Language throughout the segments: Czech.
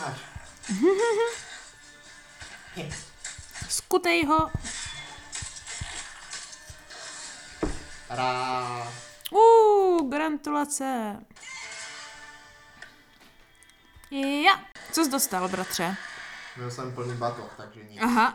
máš. Skutej ho. Gratulace. Ja. Co jsi dostal, bratře? Měl jsem plný batoh, takže nic. Aha.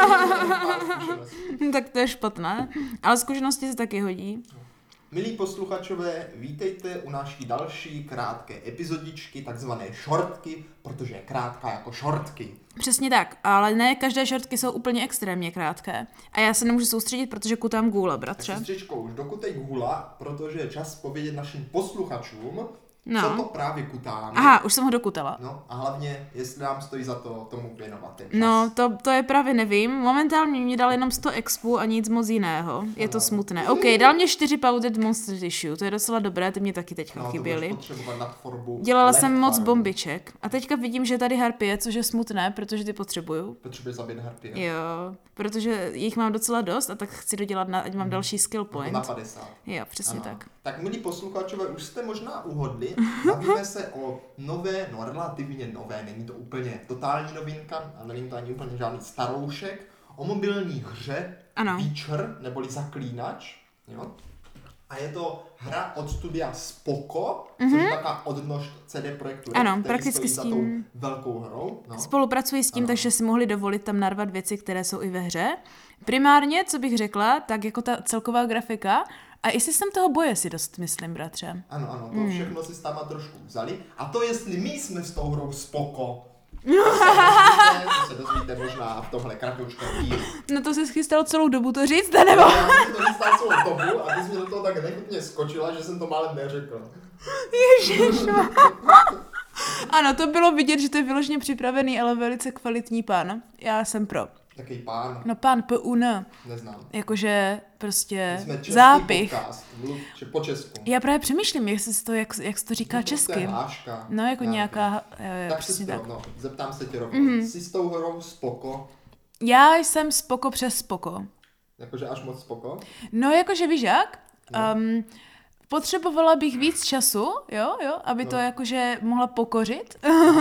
Tak to je špatné. Ale zkušenosti se taky hodí. Milí posluchačové, vítejte u naší další krátké epizodičky, takzvané šortky, protože je krátká jako šortky. Přesně tak, ale ne každé šortky jsou úplně extrémně krátké. A já se nemůžu soustředit, protože kutám gůla, bratře. Tak sestřičko, už dokutej gůla, protože je čas povědět našim posluchačům, co to právě kutáme. Aha, už jsem ho dokutala. No a hlavně, jestli nám stojí za to tomu věnovat ten čas. No, to je právě nevím. Momentálně mě dal jenom 100 expů a nic moc jiného. Je to smutné. OK, dal mě 4 powdered monster tissue, to je docela dobré, ty mě taky teďka chyběly. Dělala jsem moc bombiček. A teďka vidím, že tady harpie, což je smutné, protože ty potřebuju. Potřebuješ zabít harpie. Jo, protože jich mám docela dost a tak chci dodělat, ať mám další skill point. Na 50. Jo, přesně tak. Tak milí posluchačové, už jste možná uhodli, bavíme se o nové, no relativně nové, není to úplně totální novinka, a není to ani úplně žádný staroušek, o mobilní hře Witcher, neboli Zaklínač, jo? A je to hra od studia Spoko, což je taková odnož CD Projektu Red, ano, který prakticky stojí s tím za tou velkou hrou. No. Spolupracuji s tím, takže si mohli dovolit tam narvat věci, které jsou i ve hře. Primárně, co bych řekla, tak jako ta celková grafika a i systém toho boje si dost myslím, bratře. Ano, to všechno si s táma trošku vzali. A to, jestli my jsme s tou hrou Spoko, to se dozvíte možná v tomhle kratoučkém dílu. No to jsi chystal celou dobu to říct, nebo? Já jsem to chystal celou dobu a ty jsi mi do toho tak nechutně skočila, že jsem to málem neřekl. Ježišma. Ano, to bylo vidět, že to je vyloženě připravený, ale velice kvalitní pán. Já jsem pro. Taký pán? No pán PUN. Neznám. Jakože prostě jsme český zápich. Podcast, po česku. Já právě přemýšlím, jak se to říká česky. Háška. No jako nějaká, tak přesně tak. tak. No, zeptám se tě rovnou. Jsi s tou hrou Spoko? Já jsem spoko přes spoko. Jakože až moc Spoko? No jakože víš jak? Potřebovala bych víc času, jo, aby to jakože mohla pokořit,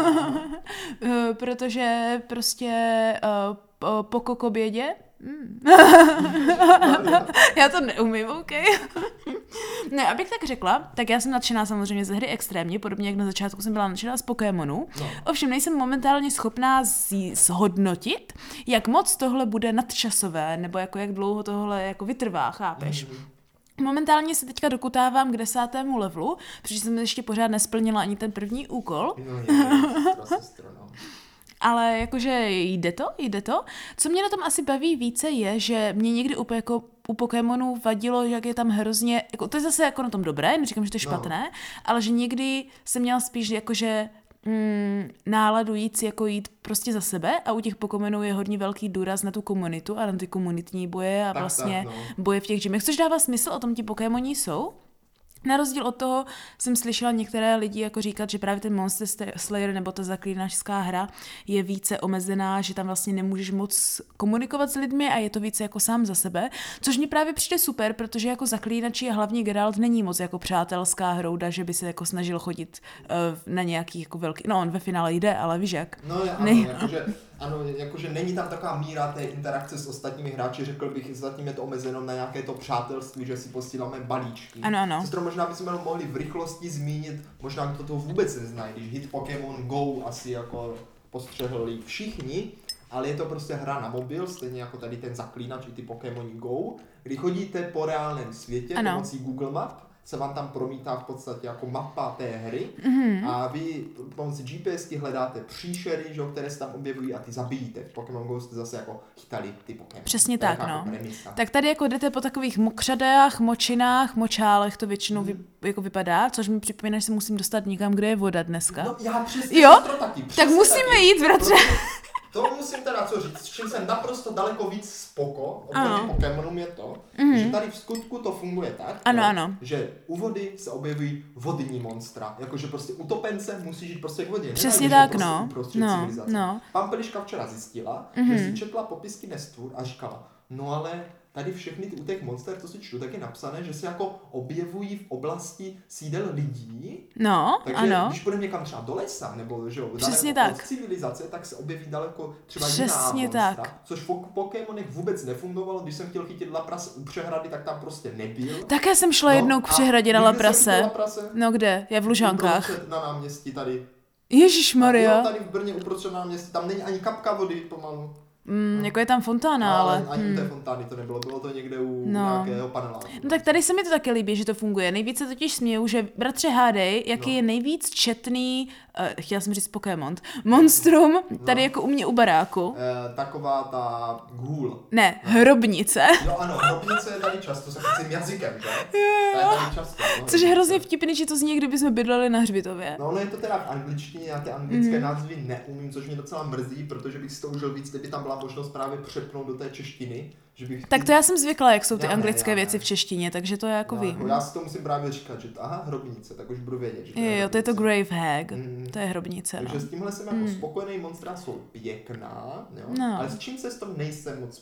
protože prostě poko k obědě. Já to neumím, OK. Ne, abych tak řekla, tak já jsem nadšená samozřejmě ze hry extrémně, podobně jak na začátku jsem byla nadšená z Pokémonů. No. Ovšem nejsem momentálně schopná zhodnotit, jak moc tohle bude nadčasové, nebo jako jak dlouho tohle jako vytrvá, chápeš? Momentálně se teďka dokutávám k 10. levelu, protože jsem ještě pořád nesplnila ani ten první úkol. Ale jakože jde to. Co mě na tom asi baví více je, že mě někdy jako u Pokémonů vadilo, jak je tam hrozně, jako, to je zase jako na tom dobré, neříkám, že to je špatné, ale že někdy jsem měla spíš jakože náladu jít prostě za sebe a u těch Pokémonů je hodně velký důraz na tu komunitu a na ty komunitní boje a tak, vlastně boje v těch gymech, což dává smysl, o tom ti Pokémoni jsou. Na rozdíl od toho jsem slyšela některé lidi jako říkat, že právě ten Monster Slayer nebo ta zaklínačská hra je více omezená, že tam vlastně nemůžeš moc komunikovat s lidmi a je to více jako sám za sebe, což mi právě přijde super, protože jako zaklínači a hlavně Geralt není moc jako přátelská hrouda, že by se jako snažil chodit na nějaký jako velký, no on ve finále jde, ale víš jak. No jakože není tam taková míra té interakce s ostatními hráči, řekl bych, zatím je to omezeno na nějaké to přátelství, že si posíláme balíčky. Ano. Sestro, možná bychom mohli v rychlosti zmínit, možná kdo toho vůbec nezná, když hit Pokémon Go asi jako postřehli všichni, ale je to prostě hra na mobil, stejně jako tady ten Zaklínač i ty Pokémoni Go, kdy chodíte po reálném světě pomocí Google Map, se vám tam promítá v podstatě jako mapa té hry a vy pomocí GPSky hledáte příšery, že, které se tam objevují a ty zabijíte. V Pokémon Go jste zase jako chytali ty Pokémon. Přesně tak, no. Tak tady jako jdete po takových mokřadách, močinách, močálech, to většinou jako vypadá, což mi připomíná, že se musím dostat někam, kde je voda dneska. No já přesně taky. Tak musíme jít, bratře. To musím teda co říct, s čím jsem naprosto daleko víc spoko, oproti Pokémonům je to, že tady v skutku to funguje tak, že u vody se objevují vodní monstra, jakože prostě utopence musí žít prostě k vodě. Přesně tak, Pampeliška včera zjistila, že si četla popisky nestvůr a říkala, no ale tady všechny ty u těch monster, co si čtu, tak je napsané, že se jako objevují v oblasti sídel lidí. No, takže ano. když půjdeme někam třeba do lesa, nebo že jo, Přesně daleko tak. od civilizace, tak se objeví daleko třeba Přesně jiná monstra, tak. což v Pokémonech vůbec nefungovalo. Když jsem chtěl chytit Lapras u přehrady, tak tam prostě nebyl. Také jsem šla jednou k přehradě na Laprase. No kde? Je v Lužánkách. Na náměstí tady. Ježišmarja. Tady v Brně uprostřed náměstí, tam není ani kapka vody pomalu. Jako je tam fontána, ale... Ani u té fontány to nebylo, bylo to někde u nějakého paneláku. No tak tady se mi to taky líbí, že to funguje. Nejvíce totiž směju, že bratře hádej, jaký je nejvíc četný, chtěla jsem říct Pokémon, monstrum tady jako u mě u baráku. Taková ta ghoul. Ne, hrobnice. Jo ano, hrobnice je tady často, s tím jazykem, že? To je tady často. No, což je hrozně vtipný, že to zní, kdyby jsme bydleli na hřbitově. No je to teda v angličtině, já ty anglické názvy neumím, což mě docela mrzí, protože bych si to užil víc, kdyby tam byla možnost právě přepnout do té češtiny. Že bych tak to já jsem zvykla, jak jsou ty anglické věci v češtině, takže to je jako vím. Já si to musím právě říkat, že hrobnice, tak už budu vědět, že to je to je to grave hag, to je hrobnice. Takže s tímhle jsem jako spokojený, monstra jsou pěkná, jo? Ale s čím se s tom nejsem moc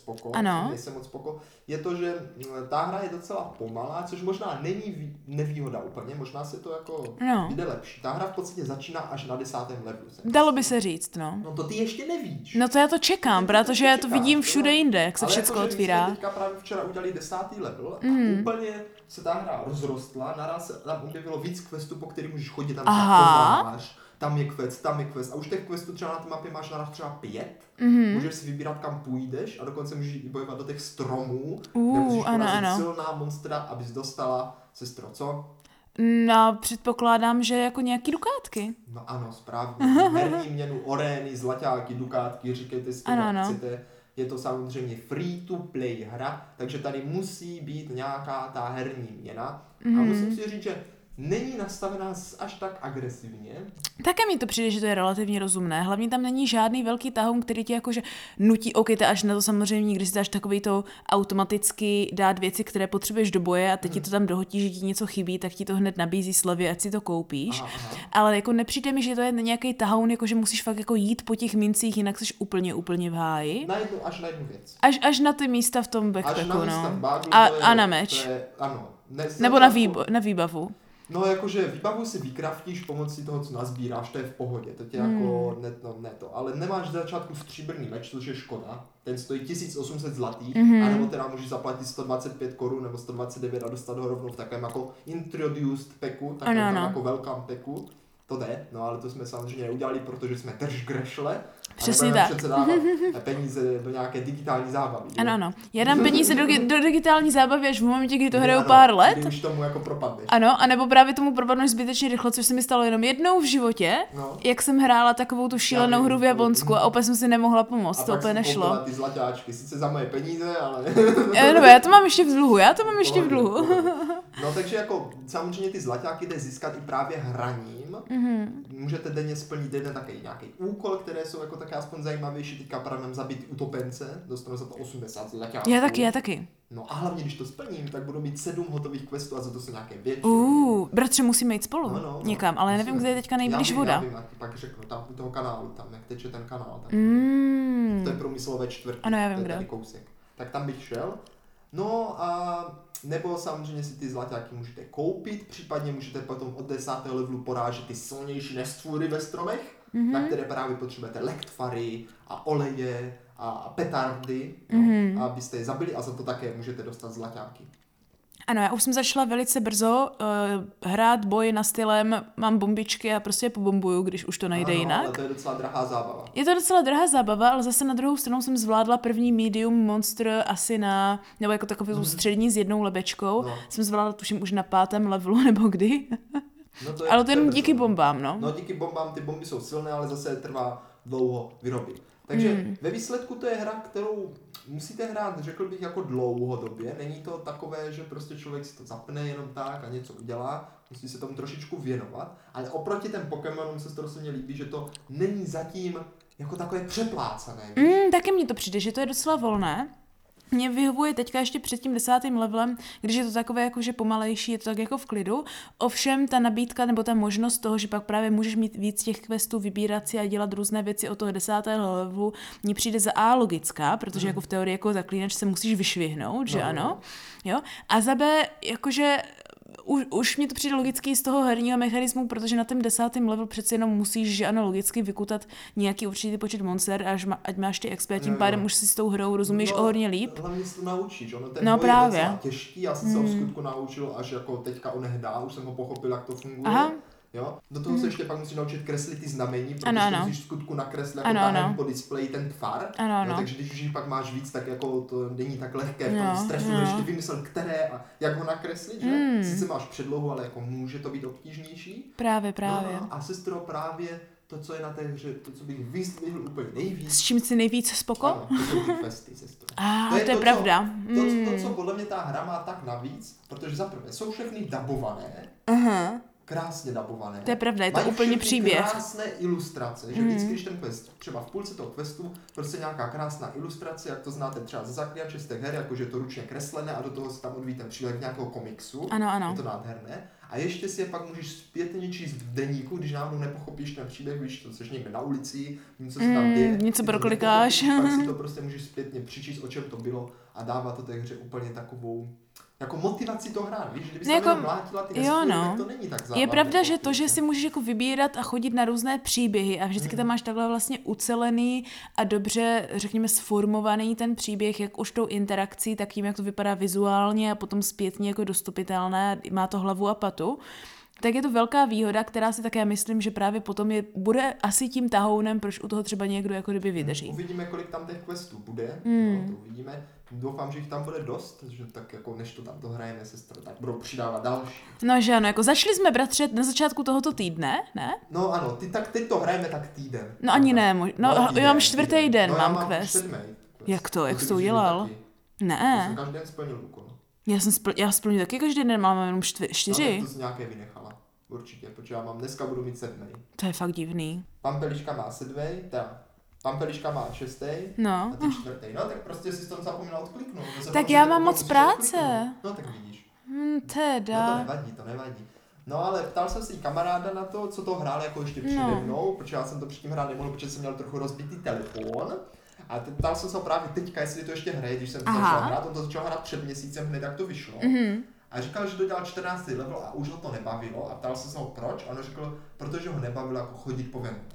spoko, je to, že ta hra je docela pomalá, což možná není nevýhoda úplně, možná se to jako jde lepší. Ta hra v podstatě začíná až na 10. levelu. Dalo by se říct, no. No to ty ještě nevíš. No to já to čekám, protože já to vidím všude jinde, jak se všechno otvírá. My jsme teďka právě včera udělali 10. level a úplně se ta hra rozrostla, naraz se tam objevilo víc questů, po kterých můžeš chodit, tam poznáš, tam je quest a už těch questů třeba na té mapě máš naraz třeba 5, můžeš si vybírat, kam půjdeš a dokonce můžeš i bojovat do těch stromů, kde musíš porazit silná monstra, abys dostala, sestro, co? No, předpokládám, že jako nějaký dukátky. No ano, správně. Herní měnu, orény, zlaťáky, dukátky, říkejte si to, jak chcete. Je to samozřejmě free-to-play hra, takže tady musí být nějaká ta herní měna. A musím si říct, že není nastavená až tak agresivně. Také mi to přijde, že to je relativně rozumné. Hlavně tam není žádný velký tahoun, který ti jakože nutí, až na to samozřejmě, když si dáš takový to automaticky dát věci, které potřebuješ do boje a teď ti to tam dohotí, že ti něco chybí, tak ti to hned nabízí slevě, ať si to koupíš. Aha. Ale jako nepřijde mi, že to je nějaký tahoun, jako že musíš fakt jako jít po těch mincích, jinak jsi úplně v háji. Až na jednu věc. Až na ty místa v tom backpacku, no. Bágu, a na meč. Ano. Nebo na výbavu. No jakože výbavu si vykraftíš pomocí toho, co nazbíráš, to je v pohodě, to tě jako ne to, ale nemáš z začátku stříbrný meč, což je škoda, ten stojí 1800 zlatých, anebo teda můžeš zaplatit 125 korun nebo 129 a dostat ho rovnou v takovém jako introduced packu, takovém jako welcome packu, to jde, no ale to jsme samozřejmě neudělali, protože jsme držgrešle. Přesně tak. Přece dávat peníze do nějaké digitální zábavy. Ano. Já dám peníze do digitální zábavy až v momentě, kdy to hraju pár let. Když tomu jako propadneš. Ano, anebo právě tomu propadneš zbytečně rychle, což se mi stalo jenom jednou v životě, jak jsem hrála takovou tu šílenou hru v Japonsku a opět jsem si nemohla pomoct, to úplně nešlo. A ty zlaťáčky, sice za moje peníze, ale... No, já to mám ještě v dluhu, No takže jako samozřejmě ty zlaťáky jde získat i právě hraním. Můžete denně splnit jeden takový nějaký úkol, které jsou jako také aspoň zajímavější. Teďka právě zabít utopence, dostanu za to 80 zlaťáků. Já taky. No a hlavně, když to splním, tak budu mít 7 hotových questů a za to jsou nějaké větší. Bratře, musíme jít spolu někam, ale nevím, kde je teďka nejblíž voda. Já vím, já ti pak řeknu, tam u toho kanálu, tam jak teče ten kanál, tak to je průmyslové čtvrtí, ano, já vím, to je tady kousek. Tak tam bych šel. No a nebo samozřejmě si ty zlaťáky můžete koupit, případně můžete potom od 10. levelu porážet ty silnější nestvůry ve stromech, na které právě potřebujete lektfary a oleje a petardy, abyste je zabili a za to také můžete dostat zlaťáky. Ano, já už jsem začala velice brzo hrát boj na stylem, mám bombičky a prostě je pobombuju, když už to nejde jinak. Ale to je docela drahá zábava. Je to docela drahá zábava, ale zase na druhou stranu jsem zvládla první medium monster asi nebo jako takovou střední s jednou lebečkou. Jsem zvládla tuším už na 5. levelu nebo kdy. No ale to jenom díky bombám, no. No díky bombám, ty bomby jsou silné, ale zase trvá dlouho vyrobit. Takže ve výsledku to je hra, kterou musíte hrát, řekl bych, jako dlouhodobě. Není to takové, že prostě člověk si to zapne jenom tak a něco udělá, musí se tomu trošičku věnovat. Ale oproti těm Pokémonům se to rozhodně líbí, že to není zatím jako takové přeplácané. Taky mně to přijde, že to je docela volné. Mě vyhovuje teďka ještě před tím 10. levelem, když je to takové jakože pomalejší, je to tak jako v klidu. Ovšem ta nabídka nebo ta možnost toho, že pak právě můžeš mít víc těch questů, vybírat si a dělat různé věci od toho 10. levelu, mně přijde za A logická, protože jako v teorii jako zaklínač se musíš vyšvihnout, že ano. Jo? A za B jakože už mě to přijde logický z toho herního mechanismu, protože na tom 10. level přeci jenom musíš, že ano, logicky vykutat nějaký určitý počet monster, ať máš ty XP, tím pádem už si s tou hrou rozumíš o hodně líp. Hlavně si to naučíš, ono ten boj je docela těžký, já jsem se ho v skutku naučil až jako teďka onehdá, už jsem ho pochopil, jak to funguje. Aha. Jo? Do toho se ještě pak musíš naučit kreslit ty znamení, protože musíš v skutku nakreslit jako po displeji ten tvar. Ano. Takže když už pak máš víc, tak jako to není tak lehké v tom stresu, že ještě vymyslet které a jak ho nakreslit, že? Sice máš předlohu, ale jako může to být obtížnější. Právě. No, a sestro, právě to, co je na té hře, to, co bych vyzdvihl úplně nejvíc. S čím si nejvíc spoko? Ano, to jsou ty questy, sestro. To je pravda. To, co podle mě ta hra má tak navíc, protože zaprvé jsou všechny dabované, krásně dabované. To je pravda, je to úplně příběh. Krásné ilustrace, že vždycky, když ten quest, třeba v půlce toho questu, prostě nějaká krásná ilustrace, jak to znáte třeba ze Zaklínače z té hry, jakože to ručně kreslené a do toho se tam odvíjí ten přílek nějakého komiksu. Ano. Je to nádherné. A ještě si je pak můžeš zpětně číst v deníku, když náhodou nepochopíš ten příběh, víš, to jsi někde na ulici, něco se tam děje. Něco proklikáš. Pak si to prostě můžeš zpětně přičíst, o čem to bylo a dává to té hře úplně takovou jako motivaci to hrát, víš, kdyby se tam mlátila ty nespory, tak to není tak zábavné. Je pravda, že to, že si můžeš jako vybírat a chodit na různé příběhy a vždycky tam máš takhle vlastně ucelený a dobře, řekněme, sformovaný ten příběh, jak už tou interakcí, tak tím, jak to vypadá vizuálně a potom zpětně jako dostupitelné, má to hlavu a patu, tak je to velká výhoda, která si také myslím, že právě potom bude asi tím tahounem, proč u toho třeba někdo jako kdyby vydrží. Uvidíme, kolik tam těch questů bude, no, to uvidíme. Doufám, že jich tam bude dost, že tak jako než to tam to hrajeme, sestra, tak budou přidávat další. No že ano, jako začali jsme, bratře, na začátku tohoto týdne, ne? No ano, teď to hrajeme tak týden. No ani ne, já mám 4. den, no, mám quest. 7. Jak to, jak jsi to udělal? Ne. Já jsem každý den splnil úkol. Já splňuji taky každý den, mám jenom 4. No, to jsi nějaké vynechala, určitě, protože já mám dneska budu mít 7. To je fakt divný. Pampeliška má 7, Pampeliška má 6. A ty 4. No tak prostě si to zapomněla odkliknout. Tak já mám moc práce. No tak vidíš. Teda. No to nevadí. No ale ptal jsem si kamaráda na to, co to hrál jako ještě přede mnou, protože já jsem to předtím hrát nemohl, protože jsem měl trochu rozbitý telefon. A ptal jsem se právě teďka, jestli to ještě hraje, když jsem to začal hrát, on to začal hrát před měsícem, hned jak to vyšlo. A říkal, že to dělal 14. level a už ho to nebavilo a ptal jsem se ho proč a on řekl, protože ho nebavilo jako chodit po venku.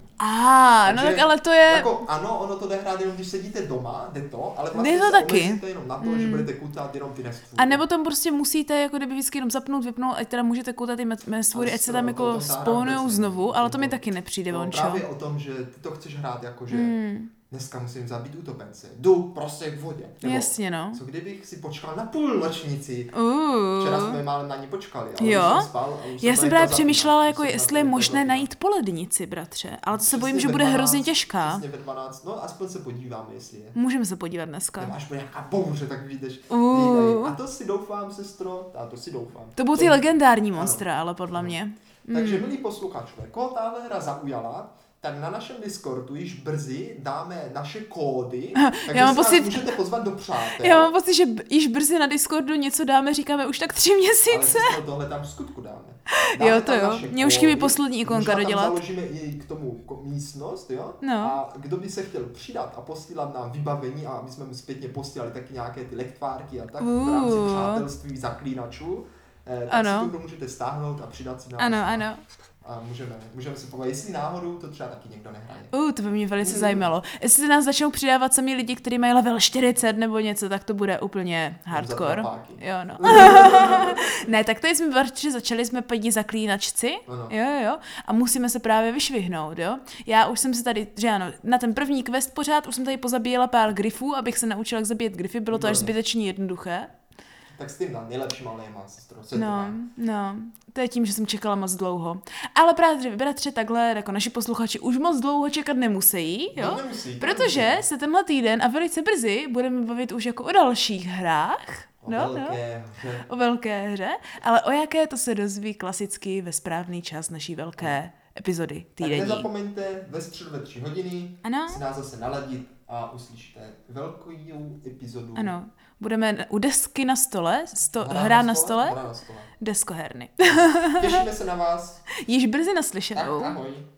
No tak ale to je... Jako, ano, ono to jde hrát jenom, když sedíte doma, jde to, ale vlastně to se taky. omezíte jenom na to, že budete kutat jenom ty nestvůry. A nebo tam prostě musíte jako kdyby vždycky jenom zapnout, vypnout, ať teda můžete kutat ty nestvůry, ať se tam jako spawnují znovu, ale to mi taky nepřijde, vončo. Právě o tom, že ty to chceš hrát jako, že dneska musím zabít utopence, jdu prostě k vodě. Nebo, jasně, no. Co kdybych si počkal na půlnočnici? Včera jsme málem na ní počkali, ale jo? Už jsem spal. Já jsem právě přemýšlela, jako jestli je možné najít polednici, bratře, ale to se bojím, že bude hrozně těžká. Přesně ve 12, no aspoň se podíváme, jestli je. Můžeme se podívat dneska. Až bude nějaká bouře, tak víš. A to si doufám, sestro, To budou ty legendární monstra, ale podle mě. Takže milí posluchačové, koho tahle hra zaujala, tak na našem Discordu již brzy dáme naše kódy, takže si nás můžete pozvat do přátel. Já mám pocit, že již brzy na Discordu něco dáme, říkáme už tak 3 měsíce. Ale tohle tam v skutku dáme. Jo, to jo. Mně už chybí poslední ikonka dodělat. Tam založíme i k tomu místnost, jo? No. A kdo by se chtěl přidat a posílat nám vybavení a my jsme mu zpětně posílali taky nějaké ty lektvárky a tak v rámci přátelství zaklínačů, tak si to můžete stáhnout a přidat si nám. Ano. A můžeme se povědět, jestli náhodou to třeba taky někdo nehraje. To by mě velice zajímalo. Jestli se nás začnou přidávat sami lidi, kteří mají level 40 nebo něco, tak to bude úplně hardcore. Jo, no. Ne, tak tady jsme začali jsme paní zaklínačci. Jo. A musíme se právě vyšvihnout, jo. Já už jsem se tady, že ano, na ten první quest pořád už jsem tady pozabíjela pár gryfů, abych se naučila, jak zabíjet gryfy, bylo to až zbytečně jednoduché. Tak s tím nejlepšíma léma, sestro. No, to je tím, že jsem čekala moc dlouho. Ale bratře, takhle, jako naši posluchači už moc dlouho čekat nemusí, jo? Nemusí. Protože se tenhle týden a velice brzy budeme bavit už jako o dalších hrách. O velké hře, ale o jaké to se dozví klasicky ve správný čas naší velké epizody Tak týdenní. nezapomeňte ve středu ve 3 hodiny Ano. si nás zase naladit a uslyšíte velkou epizodu. Ano, budeme u desky na stole, hra na stole, Hra na stole. deskoherny. Těšíme se na vás. Již brzy Tak naslyšenou. ahoj.